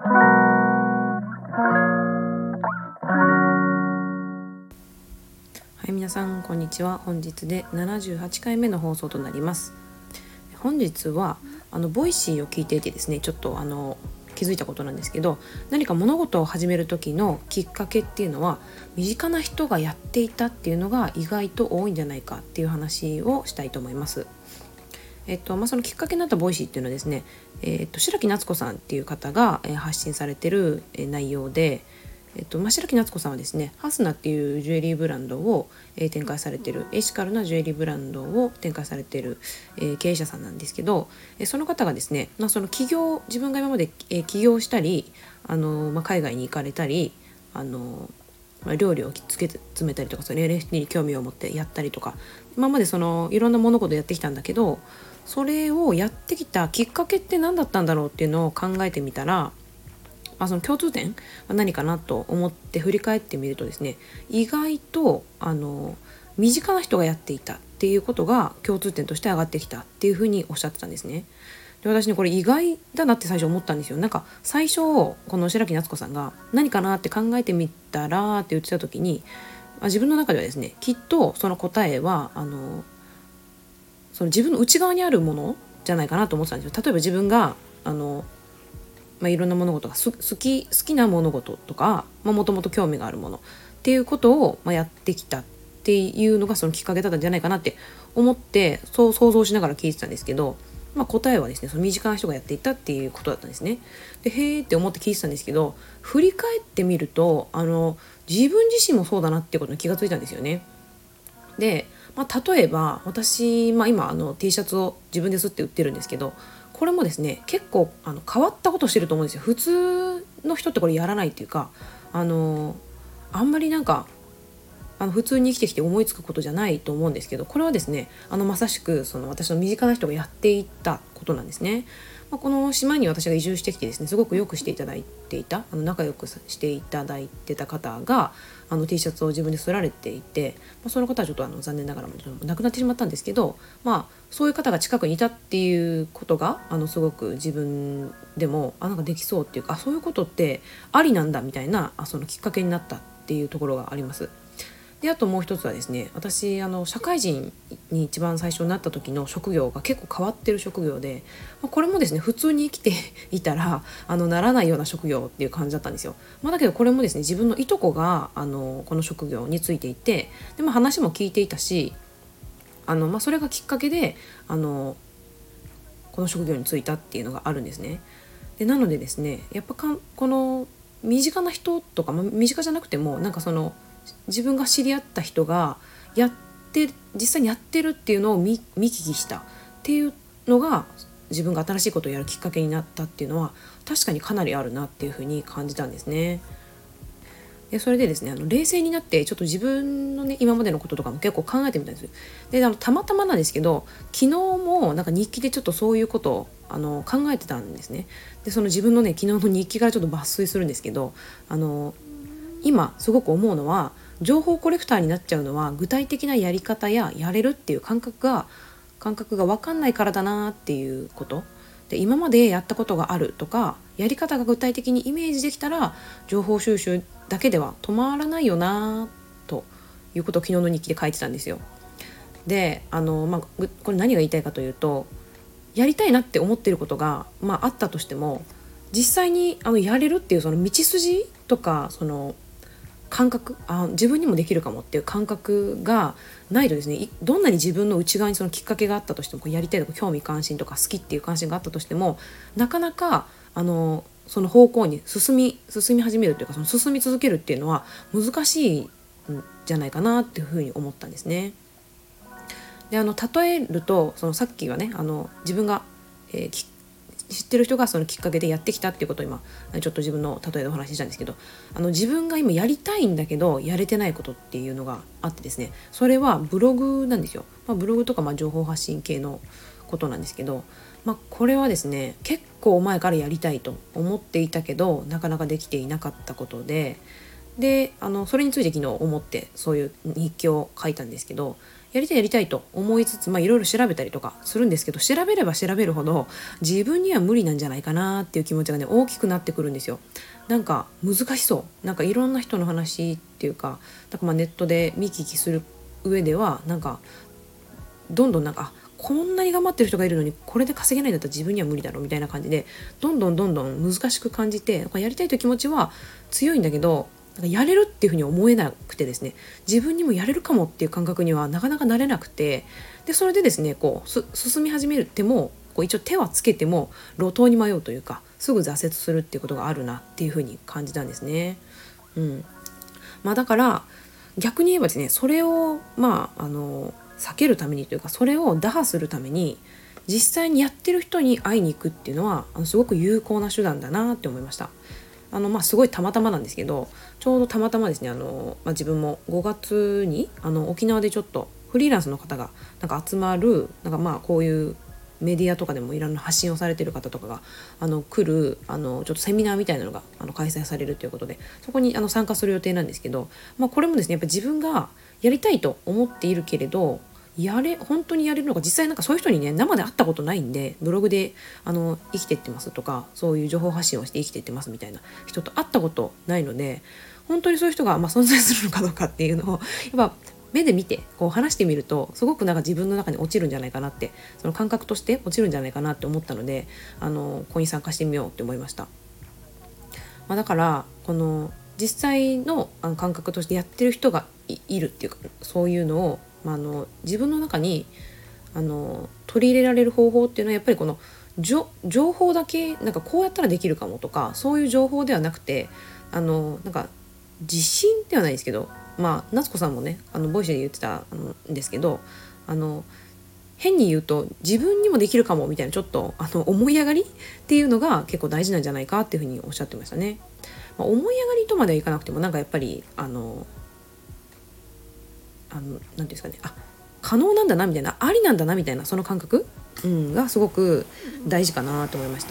はい、皆さんこんにちは。本日で78回目の放送となります。本日はボイシーを聞いていてですね、ちょっと気づいたことなんですけど、何か物事を始める時のきっかけっていうのは身近な人がやっていたっていうのが意外と多いんじゃないかっていう話をしたいと思います。そのきっかけになったボイシーっていうのはですね、白木夏子さんっていう方が発信されてる内容で、白木夏子さんはですね、ハスナっていうジュエリーブランドを展開されている、エシカルなジュエリーブランドを展開されている経営者さんなんですけど、その方がですね、その自分が今まで起業したり海外に行かれたり料理を詰めたりとか、その NFT に興味を持ってやったりとか、今までいろんな物事をやってきたんだけど、それをやってきたきっかけって何だったんだろうっていうのを考えてみたら、その共通点は何かなと思って振り返ってみるとですね、意外と身近な人がやっていたっていうことが共通点として上がってきたっていうふうにおっしゃってたんですね。で、私ねこれ意外だなって最初思ったんですよ。なんか最初この白木夏子さんが何かなって考えてみたらって言ってた時に、自分の中ではですね、きっとその答えはその自分の内側にあるものじゃないかなと思ってたんですよ。例えば自分がいろんな物事が好きな物事とか、もともと興味があるものっていうことをやってきたっていうのがそのきっかけだったんじゃないかなって思って、そう想像しながら聞いてたんですけど、答えはですね、その身近な人がやっていたっていうことだったんですね。で、へーって思って聞いてたんですけど、振り返ってみると自分自身もそうだなっていうことに気がついたんですよね。で、例えば私、今T シャツを自分で刷って売ってるんですけど、これもですね結構変わったことしてると思うんですよ。普通の人ってこれやらないっていうか、あんまり普通に生きてきて思いつくことじゃないと思うんですけど、これはですねまさしく私の身近な人がやっていたことなんですね。この島に私が移住してきてですね、すごくよくしていただいていた仲良くしていただいてた方がT シャツを自分で刷られていて、その方はちょっと残念ながらも亡くなってしまったんですけど、そういう方が近くにいたっていうことがすごく自分でもなんかできそうっていうか、そういうことってありなんだみたいなそのきっかけになったっていうところがあります。で、あともう一つはですね、私社会人に一番最初になった時の職業が結構変わってる職業で、これもですね普通に生きていたらならないような職業っていう感じだったんですよ。だけどこれもですね、自分のいとこがこの職業についていて、で、話も聞いていたし、それがきっかけでこの職業に就いたっていうのがあるんですね。で、なのでですね、やっぱこの身近な人とか、身近じゃなくても自分が知り合った人が実際にやってるっていうのを見聞きしたっていうのが、自分が新しいことをやるきっかけになったっていうのは確かにかなりあるなっていうふうに感じたんですね。で、それでですね冷静になってちょっと自分のね今までのこととかも結構考えてみたんですよ。で、たまたまなんですけど、昨日も日記でちょっとそういうことを考えてたんですね。で、その自分のね昨日の日記からちょっと抜粋するんですけど、今すごく思うのは、情報コレクターになっちゃうのは具体的なやり方ややれるっていう感覚が分かんないからだなっていうことで、今までやったことがあるとかやり方が具体的にイメージできたら情報収集だけでは止まらないよなということを昨日の日記で書いてたんですよ。で、これ何が言いたいかというと、やりたいなって思ってることが、あったとしても、実際にやれるっていうその道筋とかその感覚、自分にもできるかもっていう感覚がないとですね、どんなに自分の内側にそのきっかけがあったとしても、やりたいとか興味関心とか好きっていう関心があったとしても、なかなかその方向に進み始めるというか、その進み続けるっていうのは難しいんじゃないかなっていうふうに思ったんですね。で、例えるとさっきはね自分が、知ってる人がそのきっかけでやってきたっていうことを今ちょっと自分の例えでお話ししたんですけど、自分が今やりたいんだけどやれてないことっていうのがあってですね、それはブログなんですよ。ブログとか情報発信系のことなんですけど、これはですね結構前からやりたいと思っていたけどなかなかできていなかったことで、それについて昨日思ってそういう日記を書いたんですけど、 やりたいと思いつつ、いろいろ調べたりとかするんですけど、調べれば調べるほど自分には無理なんじゃないかなっていう気持ちがね大きくなってくるんですよ。なんか難しそう、なんかいろんな人の話っていうか、ネットで見聞きする上ではなんかどんどんこんなに頑張ってる人がいるのにこれで稼げないんだったら自分には無理だろうみたいな感じで、どんどん難しく感じて、やりたいという気持ちは強いんだけど、やれるっていうふうに思えなくてですね、自分にもやれるかもっていう感覚にはなかなかなれなくて、でそれでですね進み始めても一応手はつけても路頭に迷うというか、すぐ挫折するっていうことがあるなっていうふうに感じたんですね。だから逆に言えばですね、それを避けるためにというか、それを打破するために実際にやってる人に会いに行くっていうのはすごく有効な手段だなって思いました。すごいたまたまなんですけど、ちょうどたまたまですね、自分も5月に沖縄でちょっとフリーランスの方が集まるこういうメディアとかでもいろんな発信をされている方とかが来るちょっとセミナーみたいなのが開催されるということで、そこに参加する予定なんですけど、これもですねやっぱ自分がやりたいと思っているけれど本当にやれるのか、実際そういう人にね生で会ったことないんで、ブログで生きてってますとか、そういう情報発信をして生きてってますみたいな人と会ったことないので、本当にそういう人が存在するのかどうかっていうのをやっぱ目で見て話してみると、すごく自分の中に落ちるんじゃないかなって、その感覚として落ちるんじゃないかなって思ったので、ここに参加してみようって思いました。だからこの実際の感覚としてやってる人がいるっていうか、そういうのを自分の中に取り入れられる方法っていうのは、やっぱりこの情報だけこうやったらできるかもとか、そういう情報ではなくて、自信ではないですけど、夏子さんもねボイシーで言ってたんですけど、変に言うと自分にもできるかもみたいな、ちょっと思い上がりっていうのが結構大事なんじゃないかっていうふうにおっしゃってましたね。思い上がりとまではいかなくても、やっぱりなんていうんですかね、可能なんだなみたいな、ありなんだなみたいな、その感覚、がすごく大事かなと思いました。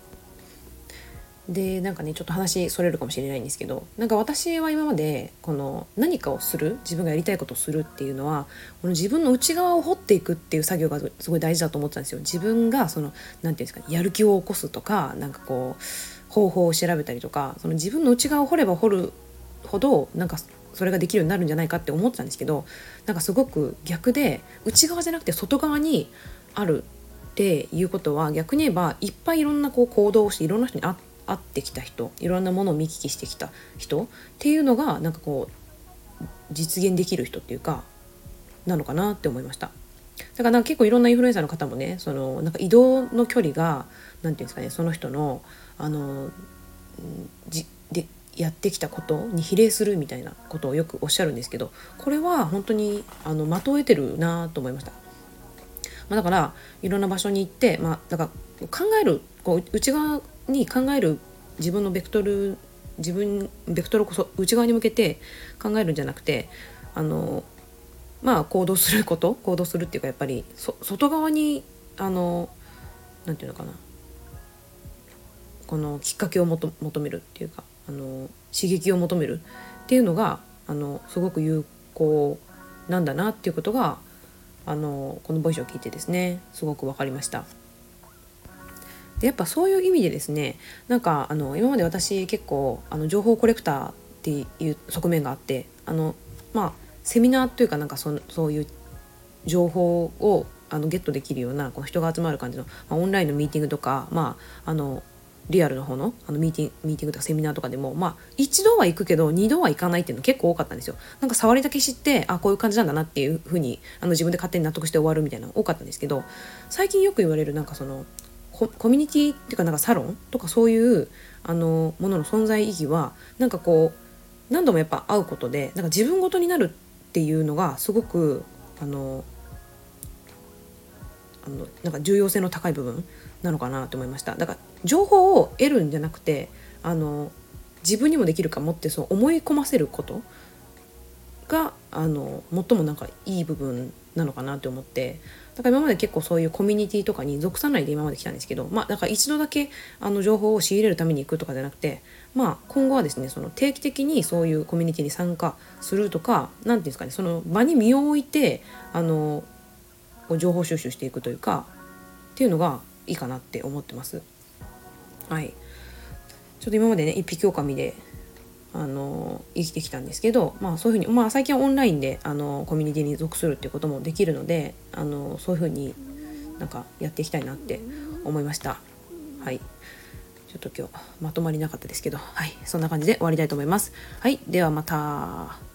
でちょっと話それるかもしれないんですけど、私は今までこの何かをする、自分がやりたいことをするっていうのは、この自分の内側を掘っていくっていう作業がすごい大事だと思ってたんですよ。自分がなんていうんですかね、やる気を起こすとか、方法を調べたりとか、その自分の内側を掘れば掘るほどそれができるようになるんじゃないかって思ってたんですけど、すごく逆で、内側じゃなくて外側にあるっていうことは、逆に言えばいっぱいいろんな行動をして、いろんな人に会ってきた人、いろんなものを見聞きしてきた人っていうのが実現できる人っていうかなのかなって思いました。だから結構いろんなインフルエンサーの方もね、移動の距離がなんていうんですかね、その人のでやってきたことに比例するみたいなことをよくおっしゃるんですけど、これは本当に的を得てるなと思いました。だからいろんな場所に行って、だから考える内側に考える自分のベクトルをこそ内側に向けて考えるんじゃなくて、行動するっていうか、やっぱり外側になんていうのかな、このきっかけを求めるっていうか、刺激を求めるっていうのがすごく有効なんだなっていうことがこのボイスを聞いてですね、すごく分かりました。でやっぱそういう意味でですね、今まで私結構情報コレクターっていう側面があって、セミナーというかそういう情報をゲットできるような人が集まる感じの、オンラインのミーティングとか、リアルの方のミーティングとかセミナーとかでも、一度は行くけど二度は行かないっていうの結構多かったんですよ。触りだけ知って、こういう感じなんだなっていう風に自分で勝手に納得して終わるみたいなの多かったんですけど、最近よく言われるコミュニティっていうかサロンとか、そういうものの存在意義は何度もやっぱ会うことで自分ごとになるっていうのがすごく重要性の高い部分なのかなと思いました。だから情報を得るんじゃなくて自分にもできるかもってそう思い込ませることが最もいい部分なのかなと思って、 だから今まで結構そういうコミュニティとかに属さないで今まで来たんですけど、だから一度だけ情報を仕入れるために行くとかじゃなくて、今後はですね、その定期的にそういうコミュニティに参加するとか、なんていうんですかね、その場に身を置いて情報収集していくというかっていうのがいいかなって思ってます。はい。ちょっと今までね一匹狼で生きてきたんですけど、そういうふうに、最近はオンラインでコミュニティに属するっていうこともできるので、そういうふうになんかやっていきたいなって思いました。はい。ちょっと今日まとまりなかったですけど、はい、そんな感じで終わりたいと思います。はい、ではまた。